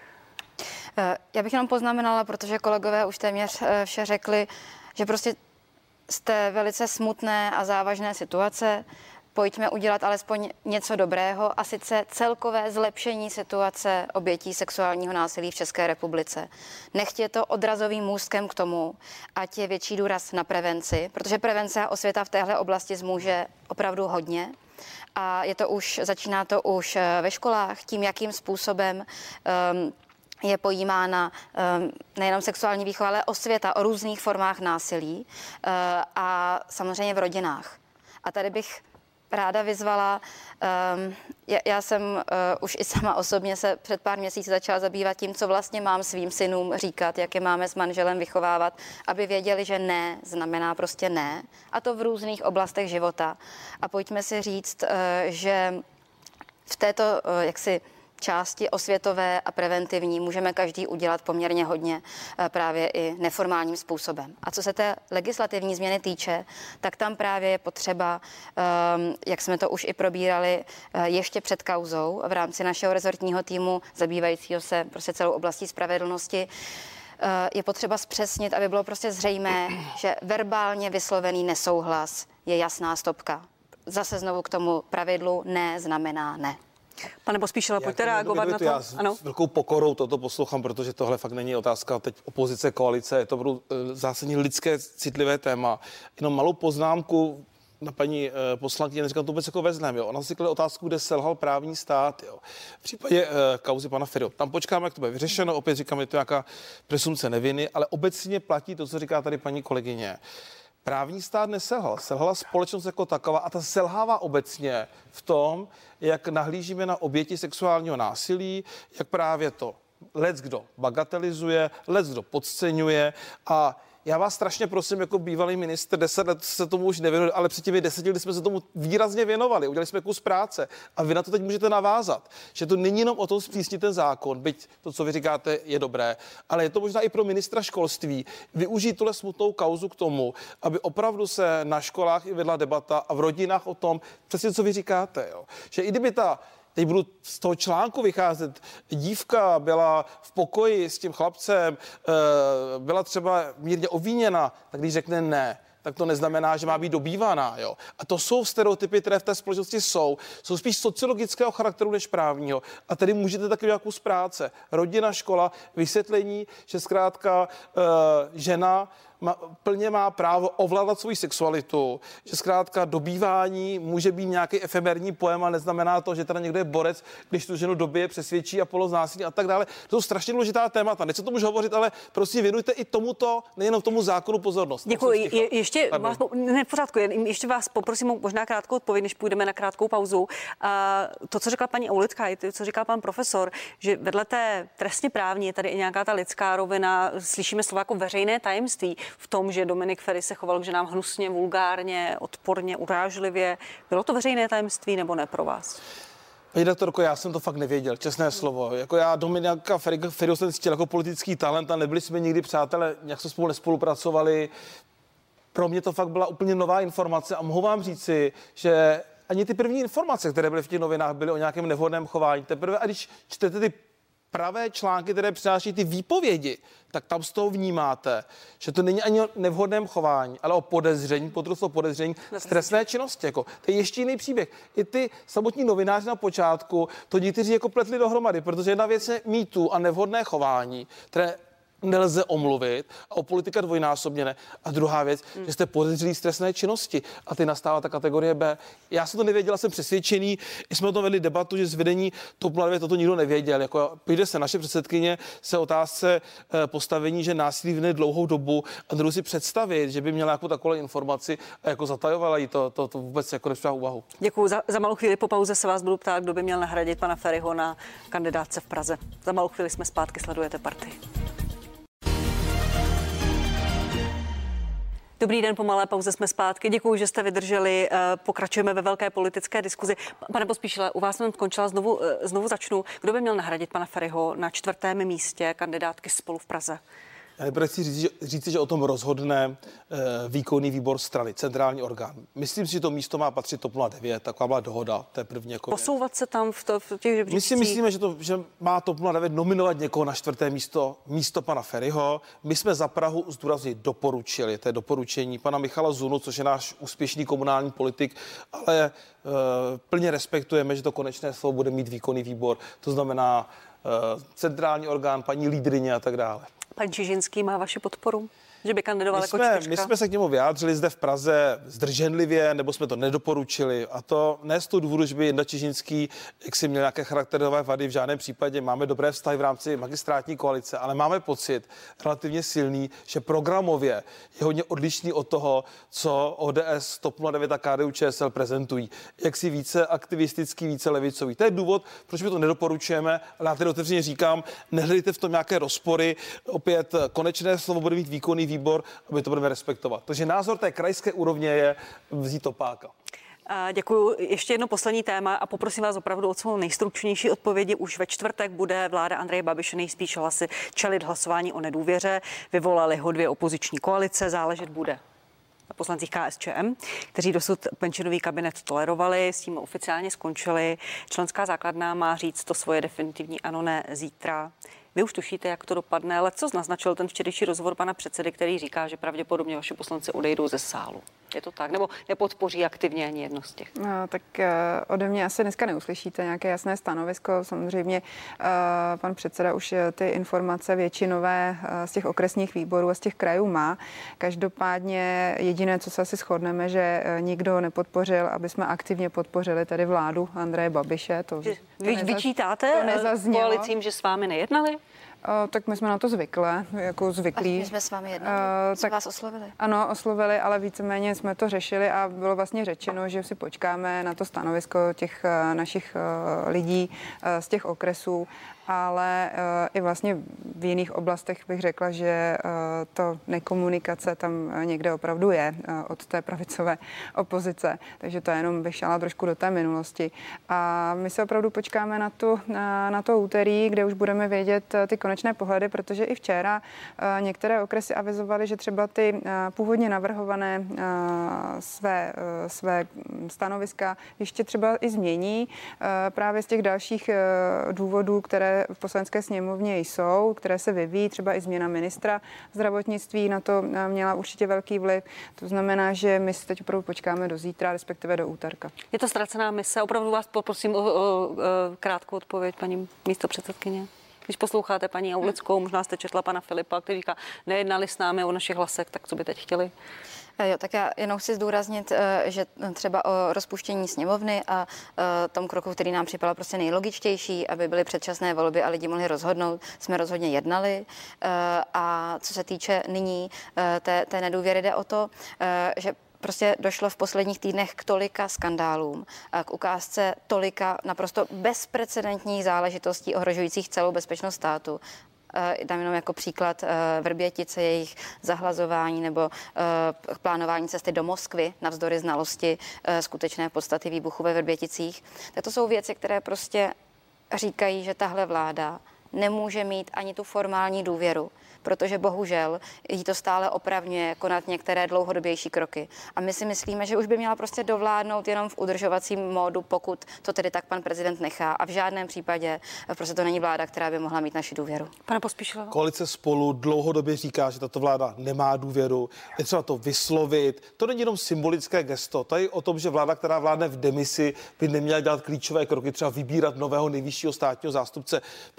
Já bych jenom poznamenala, protože kolegové už téměř vše řekli, že prostě z té velice smutné a závažné situace pojďme udělat alespoň něco dobrého, a sice celkové zlepšení situace obětí sexuálního násilí v České republice. Nechť je to odrazovým můstkem k tomu, ať je větší důraz na prevenci, protože prevence a osvěta v téhle oblasti zmůže opravdu hodně. A je to už, začíná to už ve školách, tím, jakým způsobem um, je pojímána um, nejenom sexuální výchova, ale osvěta o různých formách násilí uh, a samozřejmě v rodinách. A tady bych ráda vyzvala, um, já, já jsem uh, už i sama osobně se před pár měsíci začala zabývat tím, co vlastně mám svým synům říkat, jak je máme s manželem vychovávat, aby věděli, že ne znamená prostě ne, a to v různých oblastech života. A pojďme si říct, uh, že v této uh, jaksi části osvětové a preventivní můžeme každý udělat poměrně hodně právě i neformálním způsobem. A co se té legislativní změny týče, tak tam právě je potřeba, jak jsme to už i probírali ještě před kauzou v rámci našeho rezortního týmu zabývajícího se prostě celou oblastí spravedlnosti, je potřeba zpřesnit, aby bylo prostě zřejmé, že verbálně vyslovený nesouhlas je jasná stopka. Zase znovu k tomu pravidlu ne znamená ne. Pane Pospíšile, pojďte reagovat na to. Já s, ano? s velkou pokorou toto poslouchám, protože tohle fakt není otázka teď opozice, koalice, je to budou zásadní lidské citlivé téma. Jenom malou poznámku na paní eh, poslankyni, neříkám to vůbec jako vezmeme, jo. Ona si klade otázku, kde selhal právní stát, jo. V případě eh, kauzy pana Feriho. Tam počkáme, jak to bude vyřešeno, opět říkám, je to nějaká presumce neviny, ale obecně platí to, co říká tady paní kolegyně. Právní stát neselhal, selhala společnost jako taková a ta selhává obecně v tom, jak nahlížíme na oběti sexuálního násilí, jak právě to leckdo bagatelizuje, leckdo podceňuje. A já vás strašně prosím, jako bývalý ministr, deset let se tomu už nevěnovali, ale před těmi deseti lety jsme se tomu výrazně věnovali, udělali jsme kus práce a vy na to teď můžete navázat, že to není jenom o tom zpřísnit ten zákon, byť to, co vy říkáte, je dobré, ale je to možná i pro ministra školství využít tuhle smutnou kauzu k tomu, aby opravdu se na školách i vedla debata a v rodinách o tom, přesně co vy říkáte, jo. Že i kdyby ta teď budu z toho článku vycházet, dívka byla v pokoji s tím chlapcem, byla třeba mírně ovíněna, tak když řekne ne, tak to neznamená, že má být dobývaná. Jo? A to jsou stereotypy, které v té společnosti jsou. Jsou spíš sociologického charakteru než právního. A tedy můžete taky nějakou z práce. Rodina, škola, vysvětlení, že zkrátka uh, žena má, plně má právo ovládat svou sexualitu, že zkrátka dobývání může být nějaký efemerní pojem a neznamená to, že teda někdo je borec, když tu ženu dobije, přesvědčí a poloznásilní a tak dále. To jsou strašně důležitá témata. Nechci to můžu hovořit, ale prosím věnujte i tomuto, nejenom tomu zákonu pozornost. Děkuji. Je, ještě vás, ne, v pořádku, ještě vás poprosím o možná krátkou odpověď, než půjdeme na krátkou pauzu. A to, co řekla paní Aulická, i to, co říkal pan profesor, že vedle té trestně právní je tady i nějaká ta lidská rovina, slyšíme slova jako veřejné tajemství v tom, že Dominik Feri se choval k ženám hnusně, vulgárně, odporně, urážlivě. Bylo to veřejné tajemství nebo ne pro vás? Paní doktorko, já jsem to fakt nevěděl, čestné slovo. Jako já Dominika Feriho jsem cítil jako politický talent a nebyli jsme nikdy přátelé, nějak jsme spolu nespolupracovali. Pro mě to fakt byla úplně nová informace a mohu vám říci, že ani ty první informace, které byly v těch novinách, byly o nějakém nevhodném chování. Teprve, a když čtete ty pravé články, které přináší ty výpovědi, tak tam z toho vnímáte, že to není ani o nevhodném chování, ale o podezření, podrostlo podezření z trestné činnosti. Jako. To je ještě jiný příběh. I ty samotní novináři na počátku to někteří jako pletli dohromady, protože jedna věc je mýtu a nevhodné chování, které nelze omluvit a o politika dvojnásobně ne. A druhá věc, hmm. že jste podezřelí z trestné činnosti a ty nastává ta kategorie B. Já jsem to nevěděl, jsem přesvědčený, jsme o tom vedli debatu, že z vedení TOP devět toto nikdo nevěděl. Jako půjde se naše předsedkyně se otázce e, postavení, že násilí vne dlouhou dobu a druhou si představit, že by měla jako takovou informaci a jako zatajovala jí to, to, to vůbec jako nepřipadá úvahu. Děkuji. Za, za malou chvíli po pauze se vás budu ptát, kdo by měl nahradit pana Feriho na kandidátce v Praze. Za malou chvíli jsme zpátky, sledujete Partii. Dobrý den, po malé pauze jsme zpátky. Děkuji, že jste vydrželi. Pokračujeme ve velké politické diskuzi. Pane Pospíšile, u vás jsem skončila, znovu, znovu začnu. Kdo by měl nahradit pana Feriho na čtvrtém místě kandidátky Spolu v Praze? Já nejprve chci říct, že, říct, že o tom rozhodne e, výkonný výbor strany, centrální orgán. Myslím si, že to místo má patřit TOP devět, taková byla dohoda, to je první jako posouvat věc. Se tam v, to, v těch žebříčcích. My si myslíme, že, to, že má TOP devět nominovat někoho na čtvrté místo, místo pana Feriho. My jsme za Prahu zdůrazně doporučili, to je doporučení pana Michala Zunu, což je náš úspěšný komunální politik, ale e, plně respektujeme, že to konečné slovo bude mít výkonný výbor, to znamená e, centrální orgán, paní lídryně a tak dále. Pan Čižinský má vaši podporu? Že by kandidoval my jako jsme, čtyřka? My jsme se k němu vyjádřili zde v Praze zdrženlivě, nebo jsme to nedoporučili. A to ne z toho důvodu, že by Jenda Čižinský jaksi měl nějaké charakterové vady, v žádném případě. Máme dobré vztahy v rámci magistrátní koalice, ale máme pocit relativně silný, že programově je hodně odlišný od toho, co O D S, TOP devět a K D U Č S L prezentují. Jak si více aktivistický, více levicový. To je důvod, proč my to nedoporučujeme, ale já tedy otevřeně říkám, nehledejte v tom nějaké rozpory. Opět konečné slovo bude mít výkonný výbor, aby to budeme respektovat. Takže názor té krajské úrovně je vzít topáka. Děkuji. Ještě jedno poslední téma a poprosím vás opravdu o co nejstručnější odpovědi. Už ve čtvrtek bude vláda Andreje Babiše nejspíš hlasy čelit hlasování o nedůvěře. Vyvolali ho dvě opoziční koalice, záležet bude na poslancích K S Č M, kteří dosud menšinový kabinet tolerovali, s tím oficiálně skončili. Členská základna má říct to svoje definitivní ano, ne zítra. Vy už tušíte, jak to dopadne, ale co naznačil ten včerejší rozhovor pana předsedy, který říká, že pravděpodobně vaši poslanci odejdou ze sálu. Je to tak? Nebo nepodpoří aktivně ani jedno z těch? No, tak uh, ode mě asi dneska neuslyšíte nějaké jasné stanovisko. Samozřejmě uh, pan předseda už ty informace většinové uh, z těch okresních výborů a z těch krajů má. Každopádně jediné, co se asi shodneme, že uh, nikdo nepodpořil, aby jsme aktivně podpořili tady vládu Andreje Babiše. To, Vy to nezaz, vyčítáte to koalicím, že s vámi nejednali? Uh, tak my jsme na to zvyklé, jako zvyklí. A my jsme s vámi jednali, uh, tak vás oslovili. Ano, oslovili, ale víceméně jsme to řešili a bylo vlastně řečeno, že si počkáme na to stanovisko těch uh, našich uh, lidí uh, z těch okresů, ale uh, i vlastně v jiných oblastech bych řekla, že uh, to nekomunikace tam někde opravdu je uh, od té pravicové opozice, takže to jenom bych šla trošku do té minulosti. A my se opravdu počkáme na, tu, na, na to úterý, kde už budeme vědět uh, ty konečné pohledy, protože i včera uh, některé okresy avizovaly, že třeba ty uh, původně navrhované uh, své, uh, své stanoviska ještě třeba i změní uh, právě z těch dalších uh, důvodů, které v poslanecké sněmovně jsou, které se vyvíjí, třeba i změna ministra zdravotnictví na to měla určitě velký vliv. To znamená, že my si teď opravdu počkáme do zítra, respektive do úterka. Je to ztracená mise. Opravdu vás poprosím o, o, o krátkou odpověď, paní místopředsedkyně. Když posloucháte paní Aulickou, možná jste četla pana Filipa, který říká, nejednali s námi o našich hlasech, tak co by teď chtěli? Jo, tak já jenom chci zdůraznit, že třeba o rozpuštění sněmovny a tom kroku, který nám připadal prostě nejlogičtější, aby byly předčasné volby a lidi mohli rozhodnout, jsme rozhodně jednali. A co se týče nyní té, té nedůvěry, jde o to, že prostě došlo v posledních týdnech k tolika skandálům, k ukázce tolika naprosto bezprecedentních záležitostí ohrožujících celou bezpečnost státu. Dám jenom jako příklad Vrbětice, jejich zahlazování nebo plánování cesty do Moskvy navzdory znalosti skutečné podstaty výbuchu ve Vrběticích. Tak to jsou věci, které prostě říkají, že tahle vláda nemůže mít ani tu formální důvěru, protože bohužel jí to stále opravňuje konat některé dlouhodobější kroky. A my si myslíme, že už by měla prostě dovládnout jenom v udržovacím módu, pokud to tedy tak pan prezident nechá. A v žádném případě prostě to není vláda, která by mohla mít naši důvěru. Pane Pospíšile. Koalice Spolu dlouhodobě říká, že tato vláda nemá důvěru. Je třeba to vyslovit. To není jenom symbolické gesto. To je o tom, že vláda, která vládne v demisi, by neměla dělat klíčové kroky, třeba vybírat nového nejvyššího státního zástupce. Pokud K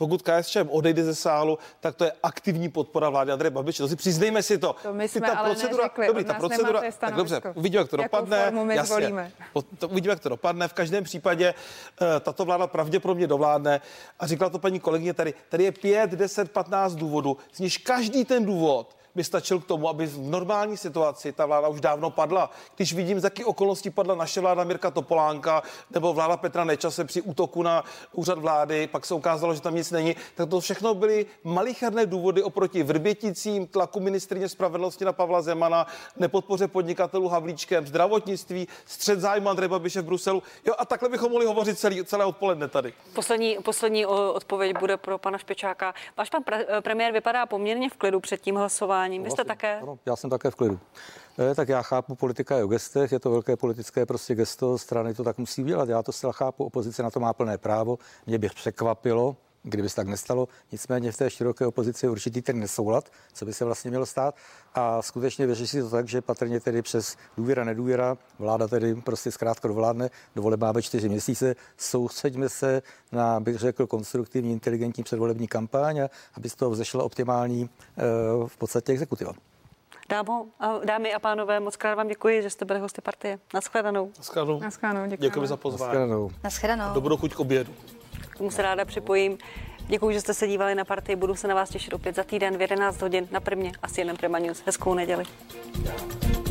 S Č M odejde ze sálu, tak to je aktivní podpora vlády Andreje Babiše. To si přiznejme si to. To my jsme ta ale procedura, neřekli, dobrý, od ta nás procedura, nemáte tak dobře, uvidíme, jak to Jakou dopadne. formu my Jasně, zvolíme. to, uvidíme, jak to dopadne. V každém případě uh, tato vláda pravděpodobně dovládne. A říkala to paní kolegyně tady, tady je pět, deset, patnáct důvodů, z nichž každý ten důvod by stačil k tomu, aby v normální situaci ta vláda už dávno padla. Když vidím, z jaký okolností padla naše vláda Mirka Topolánka nebo vláda Petra Nečase při útoku na úřad vlády, pak se ukázalo, že tam nic není, tak to všechno byly malicherné důvody oproti vrběticím tlaku ministryně spravedlnosti na Pavla Zemana, nepodpoře podnikatelů Havlíčkem, zdravotnictví, střet zájmu Andreje Babiše v Bruselu. Jo, a takhle bychom mohli hovořit celý, celé odpoledne tady. Poslední, poslední odpověď bude pro pana Špičáka. Váš pan pre- premiér vypadá poměrně v klidu před tím hlasováním. Vy jste také? Ano, já jsem také v klidu. E, tak já chápu, politika je o gestech, je to velké politické prostě gesto, strany to tak musí udělat. Já to zcela chápu, opozice na to má plné právo. Mě by překvapilo, kdyby se tak nestalo. Nicméně v té široké opozici je určitý ten nesoulad, co by se vlastně mělo stát. A skutečně vyřeší to tak, že patrně tedy přes důvěra, nedůvěra, vláda tedy prostě zkrátka dovládne, do voleb máme čtyři měsíce, soustřeďme se na, bych řekl, konstruktivní, inteligentní předvolební kampaň, aby z toho vzešla optimální v podstatě exekutiva. Dámo, dámy a pánové, moc krát vám děkuji, že jste byli hosty partie. Naschledanou. Naschledanou. Naschledanou, děkujeme. Děkujeme za pozvání. Naschledanou. Naschledanou. Dobrou chuť k obědu. K tomu se ráda připojím. Děkuji, že jste se dívali na partii. Budu se na vás těšit opět za týden v jedenáct hodin na Primě a C N N Prima News. Hezkou neděli.